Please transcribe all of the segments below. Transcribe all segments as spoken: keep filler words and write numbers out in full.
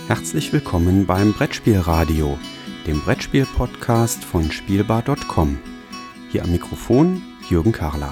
Herzlich willkommen beim Brettspielradio, dem Brettspiel-Podcast von Spielbar Punkt com. Hier am Mikrofon Jürgen Karler.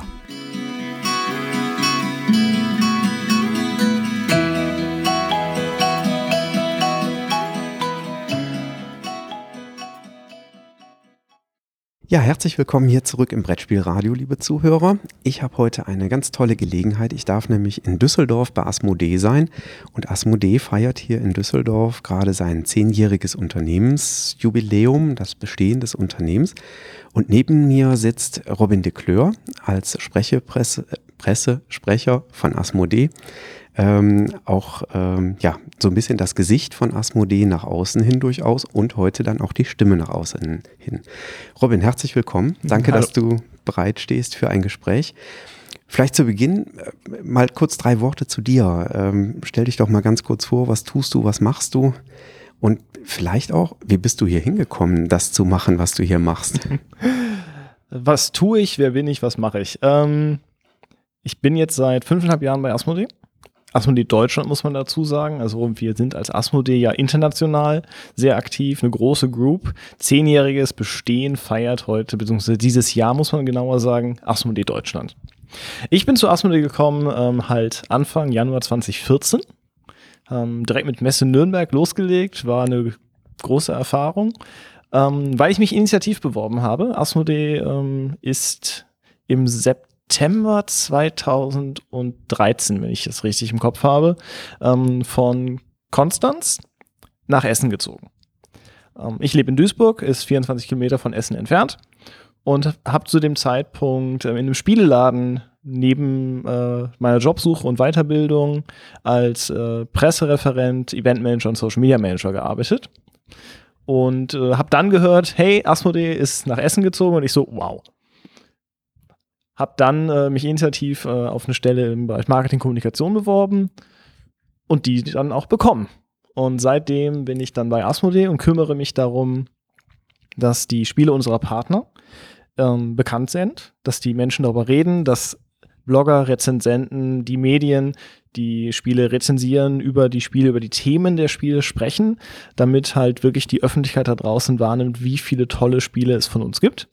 Ja, herzlich willkommen hier zurück im Brettspielradio, liebe Zuhörer. Ich habe heute eine ganz tolle Gelegenheit. Ich darf nämlich in Düsseldorf bei Asmodee sein. Und Asmodee feiert hier in Düsseldorf gerade sein zehnjähriges Unternehmensjubiläum, das Bestehen des Unternehmens. Und neben mir sitzt Robin de Kleur als Sprechepresse, Pressesprecher von Asmodee. Ähm, auch ähm, ja, so ein bisschen das Gesicht von Asmodee nach außen hin durchaus und heute dann auch die Stimme nach außen hin. Robin, herzlich willkommen. Danke, Hallo. Dass du bereit stehst für ein Gespräch. Vielleicht zu Beginn äh, mal kurz drei Worte zu dir. Ähm, stell dich doch mal ganz kurz vor, was tust du, was machst du? Und vielleicht auch, wie bist du hier hingekommen, das zu machen, was du hier machst? Was tue ich, wer bin ich, was mache ich? Ähm, ich bin jetzt seit fünfeinhalb Jahren bei Asmodee. Asmodee Deutschland muss man dazu sagen, also wir sind als Asmodee ja international sehr aktiv, eine große Group. Zehnjähriges Bestehen feiert heute, beziehungsweise dieses Jahr muss man genauer sagen, Asmodee Deutschland. Ich bin zu Asmodee gekommen, ähm, halt Anfang Januar zwanzig vierzehn, ähm, direkt mit Messe Nürnberg losgelegt, war eine große Erfahrung, ähm, weil ich mich initiativ beworben habe. Asmodee ähm, ist im September September zweitausenddreizehn, wenn ich das richtig im Kopf habe, ähm, von Konstanz nach Essen gezogen. Ähm, ich lebe in Duisburg, ist vierundzwanzig Kilometer von Essen entfernt und habe zu dem Zeitpunkt äh, in einem Spieleladen neben äh, meiner Jobsuche und Weiterbildung als äh, Pressereferent, Eventmanager und Social Media Manager gearbeitet. Und äh, habe dann gehört, hey, Asmodee ist nach Essen gezogen und ich so, wow. Hab dann äh, mich initiativ äh, auf eine Stelle im Bereich Marketing, Kommunikation beworben und die dann auch bekommen. Und seitdem bin ich dann bei Asmodee und kümmere mich darum, dass die Spiele unserer Partner ähm, bekannt sind, dass die Menschen darüber reden, dass Blogger, Rezensenten, die Medien die Spiele rezensieren, über die Spiele, über die Themen der Spiele sprechen, damit halt wirklich die Öffentlichkeit da draußen wahrnimmt, wie viele tolle Spiele es von uns gibt.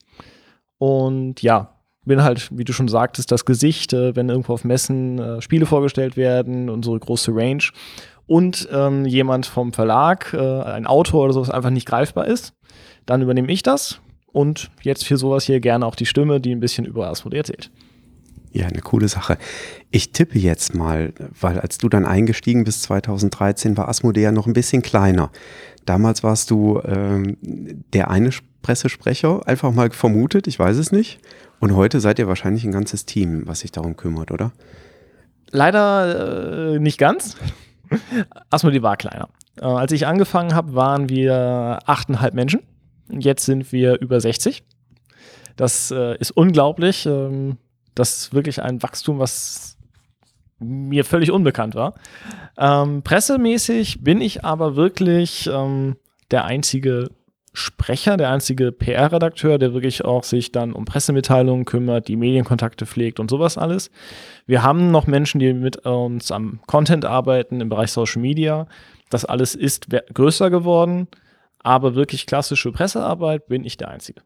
Und ja, bin halt, wie du schon sagtest, das Gesicht, äh, wenn irgendwo auf Messen äh, Spiele vorgestellt werden, unsere große Range und ähm, jemand vom Verlag, äh, ein Autor oder sowas einfach nicht greifbar ist, dann übernehme ich das und jetzt für sowas hier gerne auch die Stimme, die ein bisschen über Asmodee erzählt. Ja, eine coole Sache. Ich tippe jetzt mal, weil als du dann eingestiegen bist zweitausenddreizehn, war Asmodee ja noch ein bisschen kleiner. Damals warst du ähm, der eine Pressesprecher, einfach mal vermutet, ich weiß es nicht. Und heute seid ihr wahrscheinlich ein ganzes Team, was sich darum kümmert, oder? Leider äh, nicht ganz. Asmodee war kleiner. Äh, als ich angefangen habe, waren wir achteinhalb Menschen. Jetzt sind wir über sechzig. Das äh, ist unglaublich. Ähm, das ist wirklich ein Wachstum, was mir völlig unbekannt war. Ähm, pressemäßig bin ich aber wirklich ähm, der einzige Sprecher, der einzige P R-Redakteur, der wirklich auch sich dann um Pressemitteilungen kümmert, die Medienkontakte pflegt und sowas alles. Wir haben noch Menschen, die mit uns am Content arbeiten im Bereich Social Media. Das alles ist größer geworden, aber wirklich klassische Pressearbeit bin ich der Einzige.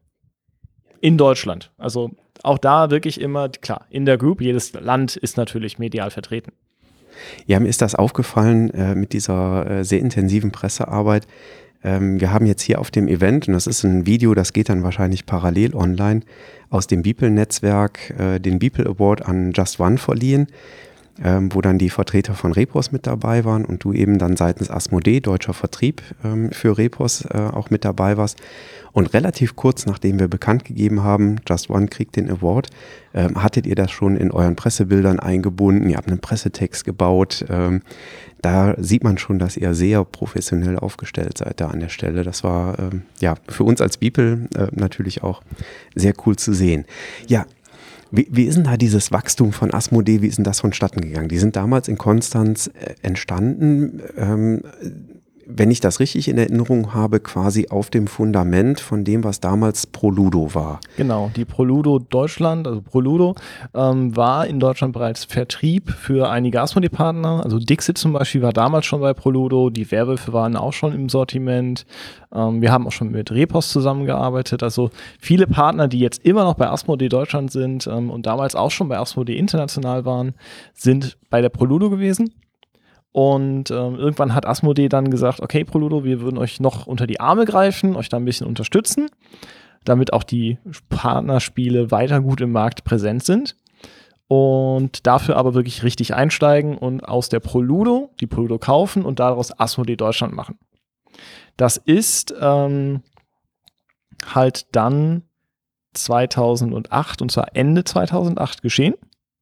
In Deutschland. Also auch da wirklich immer, klar, in der Group, jedes Land ist natürlich medial vertreten. Ja, mir ist das aufgefallen äh, mit dieser äh, sehr intensiven Pressearbeit. Wir haben jetzt hier auf dem Event, und das ist ein Video, das geht dann wahrscheinlich parallel online, aus dem Beeple-Netzwerk äh, den Beeple Award an Just One verliehen, ähm, wo dann die Vertreter von Repos mit dabei waren und du eben dann seitens Asmodee, deutscher Vertrieb ähm, für Repos, äh, auch mit dabei warst. Und relativ kurz nachdem wir bekannt gegeben haben, Just One kriegt den Award, ähm, hattet ihr das schon in euren Pressebildern eingebunden, ihr habt einen Pressetext gebaut. Ähm, da sieht man schon, dass ihr sehr professionell aufgestellt seid da an der Stelle. Das war ähm, ja für uns als Beeple äh, natürlich auch sehr cool zu sehen. Ja, wie, wie ist denn da dieses Wachstum von Asmodee, wie ist denn das vonstatten gegangen? Die sind damals in Konstanz äh, entstanden. Ähm, wenn ich das richtig in Erinnerung habe, quasi auf dem Fundament von dem, was damals Proludo war. Genau, die Proludo Deutschland, also Proludo, ähm, war in Deutschland bereits Vertrieb für einige Asmodee-Partner. Also Dixit zum Beispiel war damals schon bei Proludo, die Werwölfe waren auch schon im Sortiment. Ähm, wir haben auch schon mit Repos zusammengearbeitet. Also viele Partner, die jetzt immer noch bei Asmodee Deutschland sind ähm, und damals auch schon bei Asmodee international waren, sind bei der Proludo gewesen. Und ähm, irgendwann hat Asmodee dann gesagt, okay, Proludo, wir würden euch noch unter die Arme greifen, euch da ein bisschen unterstützen, damit auch die Partnerspiele weiter gut im Markt präsent sind. Und dafür aber wirklich richtig einsteigen und aus der Proludo die Proludo kaufen und daraus Asmodee Deutschland machen. Das ist ähm, halt dann zweitausendacht, und zwar Ende zweitausendacht geschehen.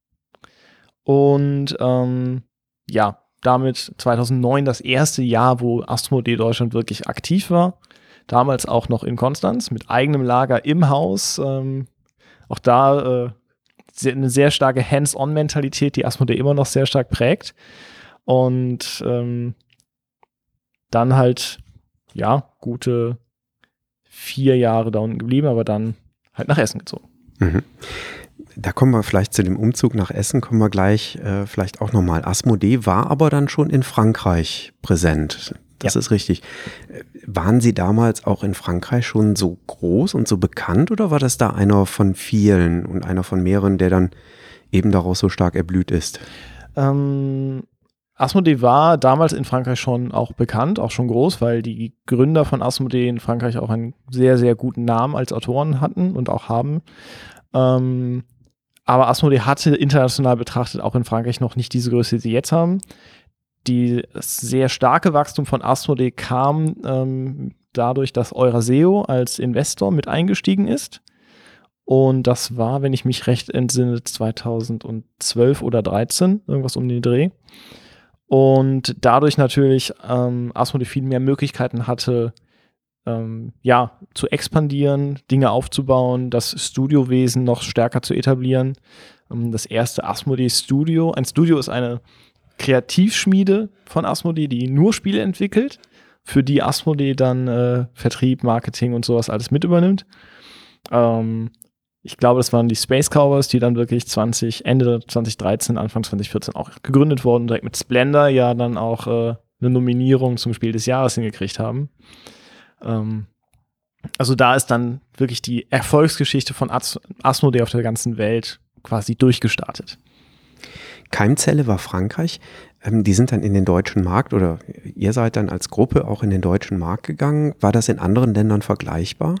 Und ähm, ja, damit zweitausendneun das erste Jahr, wo Asmodee Deutschland wirklich aktiv war. Damals auch noch in Konstanz mit eigenem Lager im Haus. Ähm, auch da äh, sehr, eine sehr starke Hands-on-Mentalität, die Asmodee immer noch sehr stark prägt. Und ähm, dann halt, ja, gute vier Jahre da unten geblieben, aber dann halt nach Essen gezogen. Mhm. Da kommen wir vielleicht zu dem Umzug nach Essen, kommen wir gleich äh, vielleicht auch nochmal. Asmodee war aber dann schon in Frankreich präsent. Das ja. ist richtig. Waren Sie damals auch in Frankreich schon so groß und so bekannt oder war das da einer von vielen und einer von mehreren, der dann eben daraus so stark erblüht ist? Ähm, Asmodee war damals in Frankreich schon auch bekannt, auch schon groß, weil die Gründer von Asmodee in Frankreich auch einen sehr, sehr guten Namen als Autoren hatten und auch haben. Ähm, aber Asmodee hatte international betrachtet auch in Frankreich noch nicht diese Größe, die sie jetzt haben. Die, das sehr starke Wachstum von Asmodee kam ähm, dadurch, dass Euraseo als Investor mit eingestiegen ist. Und das war, wenn ich mich recht entsinne, zweitausendzwölf oder dreizehn, irgendwas um den Dreh. Und dadurch natürlich ähm, Asmodee viel mehr Möglichkeiten hatte, Ähm, ja, zu expandieren, Dinge aufzubauen, das Studiowesen noch stärker zu etablieren. Ähm, das erste Asmodee Studio. Ein Studio ist eine Kreativschmiede von Asmodee, die nur Spiele entwickelt, für die Asmodee dann äh, Vertrieb, Marketing und sowas alles mit übernimmt. Ähm, ich glaube, das waren die Space Cowboys, die dann wirklich zwanzig, Ende zwanzig dreizehn, Anfang zwanzig vierzehn auch gegründet wurden, direkt mit Splendor ja dann auch äh, eine Nominierung zum Spiel des Jahres hingekriegt haben. Also da ist dann wirklich die Erfolgsgeschichte von As- Asmodee auf der ganzen Welt quasi durchgestartet. Keimzelle war Frankreich. Ähm, die sind dann in den deutschen Markt oder ihr seid dann als Gruppe auch in den deutschen Markt gegangen. War das in anderen Ländern vergleichbar?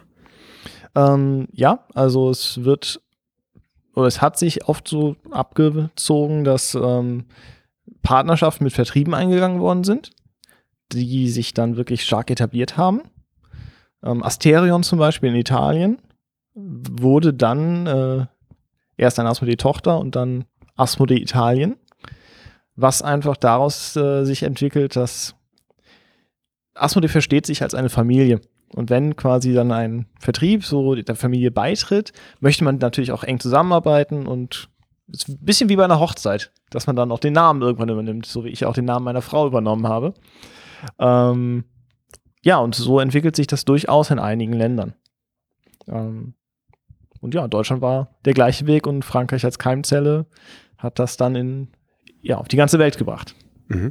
Ähm, ja, also es wird oder es hat sich oft so abgezogen, dass ähm, Partnerschaften mit Vertrieben eingegangen worden sind, die sich dann wirklich stark etabliert haben. Ähm, Asterion zum Beispiel in Italien wurde dann äh, erst eine Asmodee-Tochter und dann Asmodee Italien, was einfach daraus äh, sich entwickelt, dass Asmodee versteht sich als eine Familie. Und wenn quasi dann ein Vertrieb so der Familie beitritt, möchte man natürlich auch eng zusammenarbeiten und es ist ein bisschen wie bei einer Hochzeit, dass man dann auch den Namen irgendwann übernimmt, so wie ich auch den Namen meiner Frau übernommen habe. Ähm, Ja, und so entwickelt sich das durchaus in einigen Ländern. Ähm, und ja, Deutschland war der gleiche Weg und Frankreich als Keimzelle hat das dann in, ja, auf die ganze Welt gebracht. Mhm.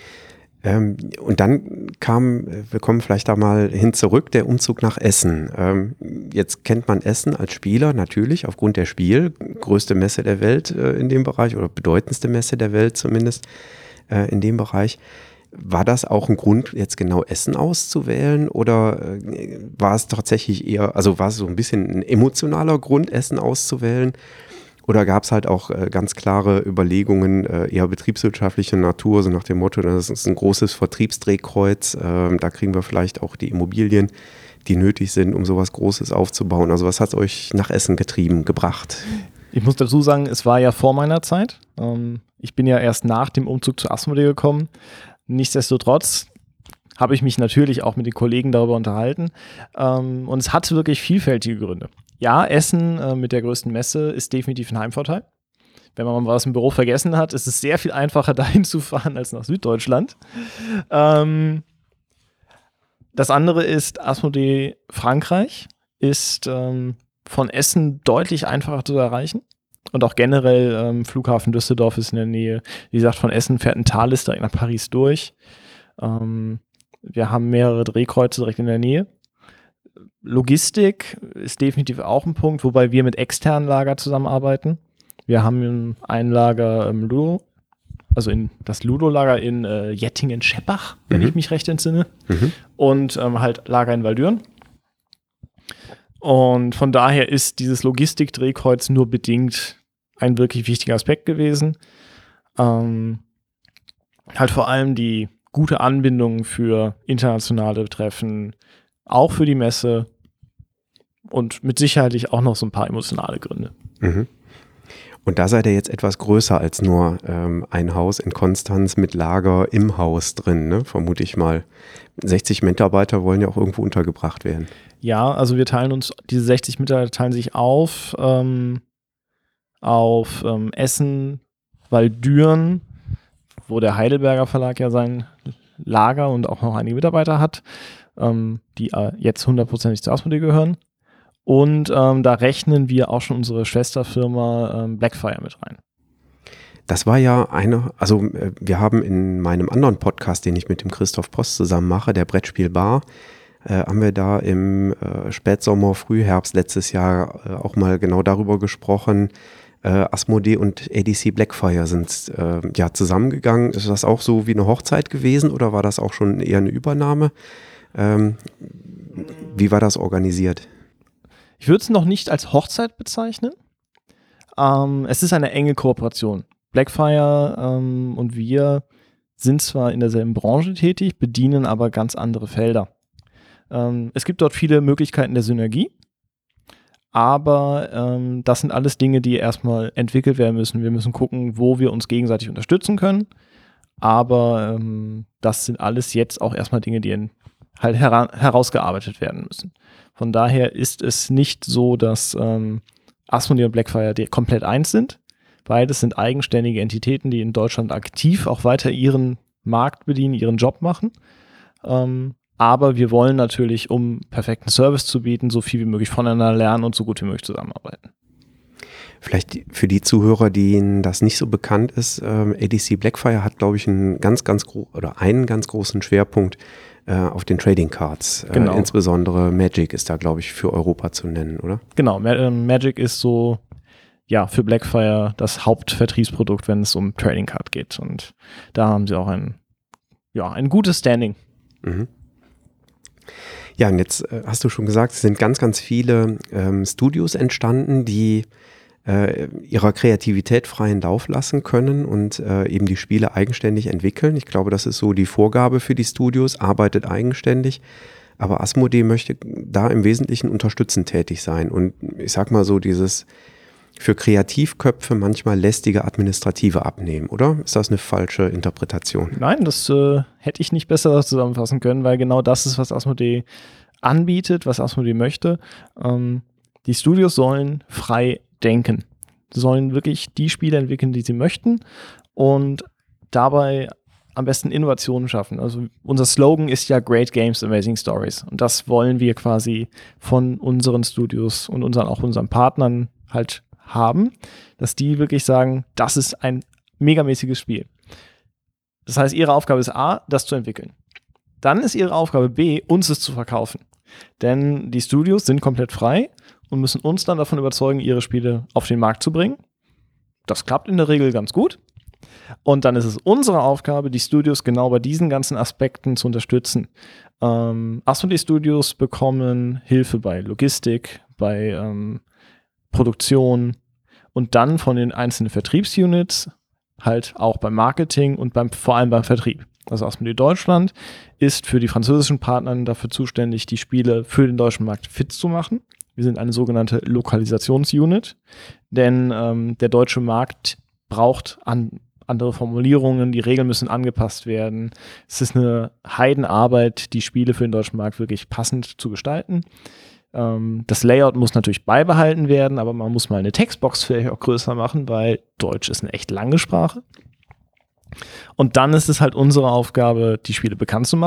Ähm, und dann kam, wir kommen vielleicht da mal hin zurück, der Umzug nach Essen. Ähm, jetzt kennt man Essen als Spieler natürlich aufgrund der Spiel, größte Messe der Welt äh, in dem Bereich oder bedeutendste Messe der Welt zumindest äh, in dem Bereich. War das auch ein Grund, jetzt genau Essen auszuwählen oder äh, war es tatsächlich eher, also war es so ein bisschen ein emotionaler Grund, Essen auszuwählen? Oder gab es halt auch äh, ganz klare Überlegungen, äh, eher betriebswirtschaftlicher Natur, so nach dem Motto, das ist ein großes Vertriebsdrehkreuz, äh, da kriegen wir vielleicht auch die Immobilien, die nötig sind, um sowas Großes aufzubauen. Also was hat euch nach Essen getrieben, gebracht? Ich muss dazu sagen, es war ja vor meiner Zeit. Ähm, ich bin ja erst nach dem Umzug zu Asmodee gekommen. Nichtsdestotrotz habe ich mich natürlich auch mit den Kollegen darüber unterhalten. Ähm, und es hatte wirklich vielfältige Gründe. Ja, Essen äh, mit der größten Messe ist definitiv ein Heimvorteil. Wenn man mal was im Büro vergessen hat, ist es sehr viel einfacher, dahin zu fahren als nach Süddeutschland. Ähm, Das andere ist, Asmodee Frankreich ist ähm, von Essen deutlich einfacher zu erreichen. Und auch generell, ähm, Flughafen Düsseldorf ist in der Nähe. Wie gesagt, von Essen fährt ein Thalys direkt nach Paris durch. Ähm, wir haben mehrere Drehkreuze direkt in der Nähe. Logistik ist definitiv auch ein Punkt, wobei wir mit externen Lager zusammenarbeiten. Wir haben ein Lager im Ludo, also in das Ludo-Lager in äh, Jettingen-Scheppach, wenn mhm. ich mich recht entsinne. Mhm. Und ähm, halt Lager in Waldürn. Und von daher ist dieses Logistik-Drehkreuz nur bedingt ein wirklich wichtiger Aspekt gewesen. Ähm, halt vor allem die gute Anbindung für internationale Treffen, auch für die Messe und mit Sicherheit auch noch so ein paar emotionale Gründe. Mhm. Und da seid ihr jetzt etwas größer als nur ähm, ein Haus in Konstanz mit Lager im Haus drin, ne? Vermute ich mal. sechzig Mitarbeiter wollen ja auch irgendwo untergebracht werden. Ja, also wir teilen uns, diese sechzig Mitarbeiter teilen sich auf ähm, auf ähm, Essen, Waldürn, wo der Heidelberger Verlag ja sein Lager und auch noch einige Mitarbeiter hat, ähm, die äh, jetzt hundertprozentig zu Asmodee gehören. Und ähm, da rechnen wir auch schon unsere Schwesterfirma ähm, Blackfire mit rein. Das war ja eine, also äh, wir haben in meinem anderen Podcast, den ich mit dem Christoph Post zusammen mache, der Brettspielbar, äh, haben wir da im äh, Spätsommer, Frühherbst letztes Jahr äh, auch mal genau darüber gesprochen. Äh, Asmodee und A D C Blackfire sind äh, ja zusammengegangen. Ist das auch so wie eine Hochzeit gewesen oder war das auch schon eher eine Übernahme? Ähm, wie war das organisiert? Ich würde es noch nicht als Hochzeit bezeichnen. Ähm, es ist eine enge Kooperation. Blackfire ähm, und wir sind zwar in derselben Branche tätig, bedienen aber ganz andere Felder. Ähm, es gibt dort viele Möglichkeiten der Synergie, aber ähm, das sind alles Dinge, die erstmal entwickelt werden müssen. Wir müssen gucken, wo wir uns gegenseitig unterstützen können, aber ähm, das sind alles jetzt auch erstmal Dinge, die in, halt hera- herausgearbeitet werden müssen. Von daher ist es nicht so, dass ähm, Asmodee und Blackfire die komplett eins sind. Beides sind eigenständige Entitäten, die in Deutschland aktiv auch weiter ihren Markt bedienen, ihren Job machen. Ähm, aber wir wollen natürlich, um perfekten Service zu bieten, so viel wie möglich voneinander lernen und so gut wie möglich zusammenarbeiten. Vielleicht für die Zuhörer, denen das nicht so bekannt ist, ähm, A D C Blackfire hat, glaube ich, einen ganz, ganz gro- oder einen ganz großen Schwerpunkt äh, auf den Trading Cards. Äh, Genau. Insbesondere Magic ist da, glaube ich, für Europa zu nennen, oder? Genau, Ma- äh, Magic ist so, ja, für Blackfire das Hauptvertriebsprodukt, wenn es um Trading Card geht. Und da haben sie auch ein, ja, ein gutes Standing. Mhm. Ja, und jetzt äh, hast du schon gesagt, es sind ganz, ganz viele ähm, Studios entstanden, die äh, ihrer Kreativität freien Lauf lassen können und äh, eben die Spiele eigenständig entwickeln. Ich glaube, das ist so die Vorgabe für die Studios, arbeitet eigenständig. Aber Asmodee möchte da im Wesentlichen unterstützend tätig sein. Und ich sag mal so, dieses für Kreativköpfe manchmal lästige Administrative abnehmen, oder? Ist das eine falsche Interpretation? Nein, das äh, hätte ich nicht besser zusammenfassen können, weil genau das ist, was Asmodee anbietet, was Asmodee möchte. Ähm, die Studios sollen frei denken. Sie sollen wirklich die Spiele entwickeln, die sie möchten und dabei am besten Innovationen schaffen. Also unser Slogan ist ja Great Games, Amazing Stories. Und das wollen wir quasi von unseren Studios und unseren, auch unseren Partnern halt haben, dass die wirklich sagen, das ist ein megamäßiges Spiel. Das heißt, ihre Aufgabe ist A, das zu entwickeln. Dann ist ihre Aufgabe B, uns es zu verkaufen. Denn die Studios sind komplett frei und müssen uns dann davon überzeugen, ihre Spiele auf den Markt zu bringen. Das klappt in der Regel ganz gut. Und dann ist es unsere Aufgabe, die Studios genau bei diesen ganzen Aspekten zu unterstützen. Ähm, Asmodee Studios bekommen Hilfe bei Logistik, bei ähm, Produktion und dann von den einzelnen Vertriebsunits halt auch beim Marketing und beim, vor allem beim Vertrieb. Also Asmodee Deutschland ist für die französischen Partner dafür zuständig, die Spiele für den deutschen Markt fit zu machen. Wir sind eine sogenannte Lokalisationsunit, denn ähm, der deutsche Markt braucht an andere Formulierungen, die Regeln müssen angepasst werden. Es ist eine Heidenarbeit, die Spiele für den deutschen Markt wirklich passend zu gestalten. Ähm, das Layout muss natürlich beibehalten werden, aber man muss mal eine Textbox vielleicht auch größer machen, weil Deutsch ist eine echt lange Sprache. Und dann ist es halt unsere Aufgabe, die Spiele bekannt zu machen,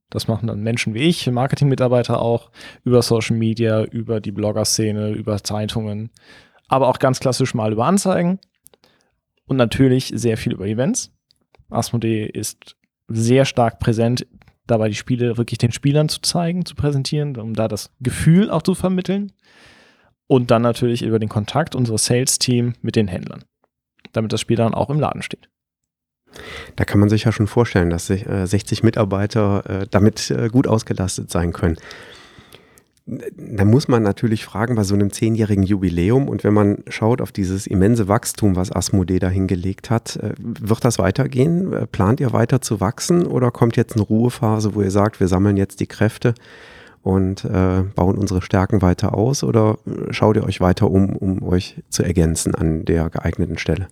Das machen dann Menschen wie ich, Marketingmitarbeiter auch, über Social Media, über die Blogger-Szene, über Zeitungen, aber auch ganz klassisch mal über Anzeigen und natürlich sehr viel über Events. Asmodee ist sehr stark präsent, dabei die Spiele wirklich den Spielern zu zeigen, zu präsentieren, um da das Gefühl auch zu vermitteln. Und dann natürlich über den Kontakt unseres Sales-Team mit den Händlern, damit das Spiel dann auch im Laden steht. Da kann man sich ja schon vorstellen, dass sich, äh, sechzig Mitarbeiter äh, damit äh, gut ausgelastet sein können. Da muss man natürlich fragen, bei so einem zehnjährigen Jubiläum und wenn man schaut auf dieses immense Wachstum, was Asmodee da hingelegt hat, äh, wird das weitergehen? Äh, plant ihr weiter zu wachsen oder kommt jetzt eine Ruhephase, wo ihr sagt, wir sammeln jetzt die Kräfte und äh, bauen unsere Stärken weiter aus oder schaut ihr euch weiter um, um euch zu ergänzen an der geeigneten Stelle?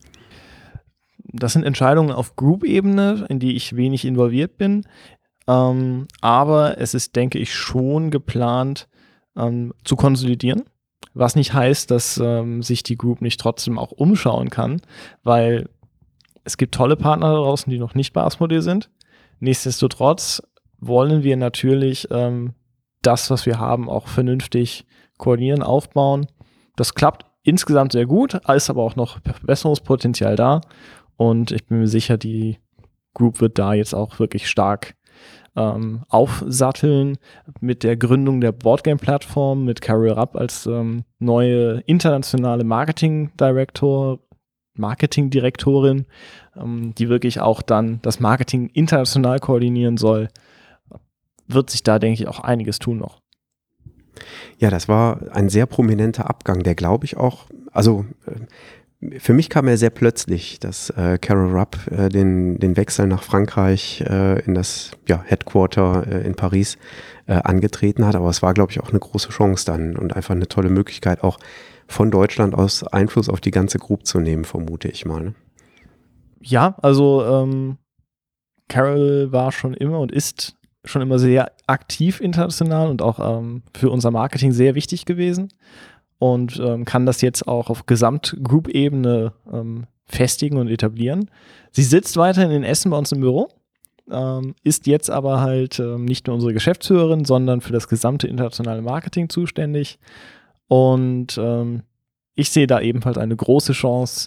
Das sind Entscheidungen auf Group-Ebene, in die ich wenig involviert bin. Ähm, aber es ist, denke ich, schon geplant, ähm, zu konsolidieren. Was nicht heißt, dass ähm, sich die Group nicht trotzdem auch umschauen kann, weil es gibt tolle Partner da draußen, die noch nicht bei Asmodee sind. Nichtsdestotrotz wollen wir natürlich ähm, das, was wir haben, auch vernünftig koordinieren, aufbauen. Das klappt insgesamt sehr gut, ist aber auch noch Verbesserungspotenzial da. Und ich bin mir sicher, die Group wird da jetzt auch wirklich stark ähm, aufsatteln mit der Gründung der Boardgame-Plattform, mit Carol Rapp als ähm, neue internationale Marketing-Director, Marketing-Direktorin, ähm, die wirklich auch dann das Marketing international koordinieren soll. Wird sich da, denke ich, auch einiges tun noch. Ja, das war ein sehr prominenter Abgang, der glaube ich auch, also äh, für mich kam er sehr plötzlich, dass äh, Carol Rapp äh, den, den Wechsel nach Frankreich äh, in das ja, Headquarter äh, in Paris äh, angetreten hat. Aber es war, glaube ich, auch eine große Chance dann und einfach eine tolle Möglichkeit, auch von Deutschland aus Einfluss auf die ganze Group zu nehmen, vermute ich mal. Ne? Ja, also ähm, Carol war schon immer und ist schon immer sehr aktiv international und auch ähm, für unser Marketing sehr wichtig gewesen. Und ähm, kann das jetzt auch auf Gesamt-Group-Ebene ähm, festigen und etablieren. Sie sitzt weiterhin in Essen bei uns im Büro, ähm, ist jetzt aber halt ähm, nicht nur unsere Geschäftsführerin, sondern für das gesamte internationale Marketing zuständig. Und ähm, ich sehe da ebenfalls eine große Chance,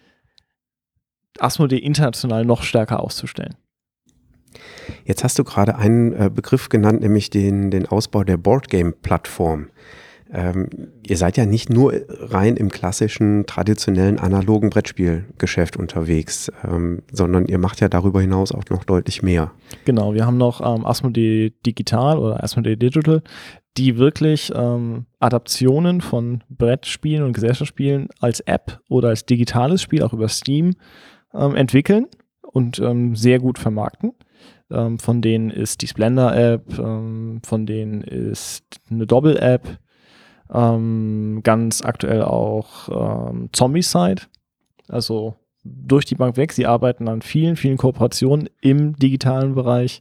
Asmodee international noch stärker auszustellen. Jetzt hast du gerade einen äh, Begriff genannt, nämlich den, den Ausbau der Boardgame-Plattform. Ähm, ihr seid ja nicht nur rein im klassischen, traditionellen, analogen Brettspielgeschäft unterwegs, ähm, sondern ihr macht ja darüber hinaus auch noch deutlich mehr. Genau, wir haben noch ähm, Asmodee Digital oder Asmodee Digital, die wirklich ähm, Adaptionen von Brettspielen und Gesellschaftsspielen als App oder als digitales Spiel auch über Steam ähm, entwickeln und ähm, sehr gut vermarkten. Ähm, von denen ist die Splendor-App, ähm, von denen ist eine Doppel-App, Ähm, ganz aktuell auch ähm, Zombicide, also durch die Bank weg. Sie arbeiten an vielen, vielen Kooperationen im digitalen Bereich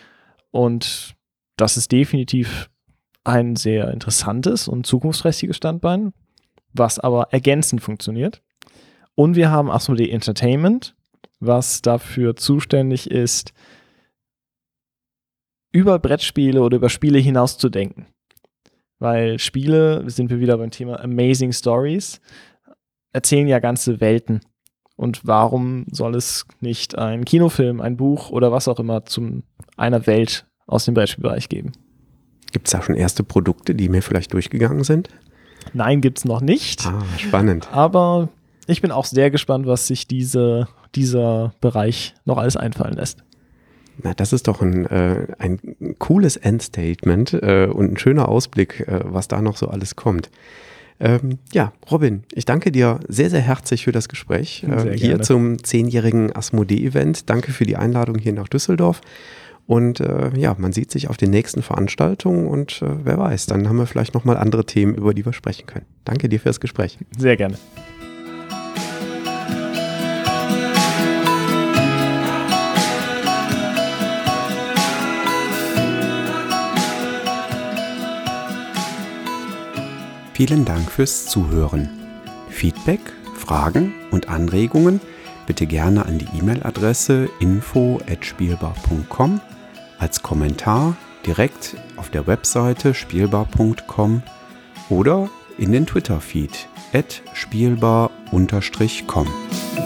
und das ist definitiv ein sehr interessantes und zukunftsträchtiges Standbein, was aber ergänzend funktioniert. Und wir haben Asmodee Entertainment, was dafür zuständig ist, über Brettspiele oder über Spiele hinaus zu denken. Weil Spiele, sind wir wieder beim Thema Amazing Stories, erzählen ja ganze Welten. Und warum soll es nicht einen Kinofilm, ein Buch oder was auch immer zu einer Welt aus dem Brettspielbereich geben? Gibt es da schon erste Produkte, die mir vielleicht durchgegangen sind? Nein, gibt es noch nicht. Ah, spannend. Aber ich bin auch sehr gespannt, was sich diese, dieser Bereich noch alles einfallen lässt. Na, das ist doch ein, äh, ein cooles Endstatement äh, und ein schöner Ausblick, äh, was da noch so alles kommt. Ähm, ja, Robin, ich danke dir sehr, sehr herzlich für das Gespräch äh, hier gerne. zum zehnjährigen Asmodee-Event. Danke für die Einladung hier nach Düsseldorf. Und äh, ja, man sieht sich auf den nächsten Veranstaltungen und äh, wer weiß, dann haben wir vielleicht nochmal andere Themen, über die wir sprechen können. Danke dir für das Gespräch. Sehr gerne. Vielen Dank fürs Zuhören. Feedback, Fragen und Anregungen bitte gerne an die E-Mail-Adresse info at spielbar punkt com, als Kommentar direkt auf der Webseite spielbar punkt com oder in den Twitter-Feed at spielbar Bindestrich com.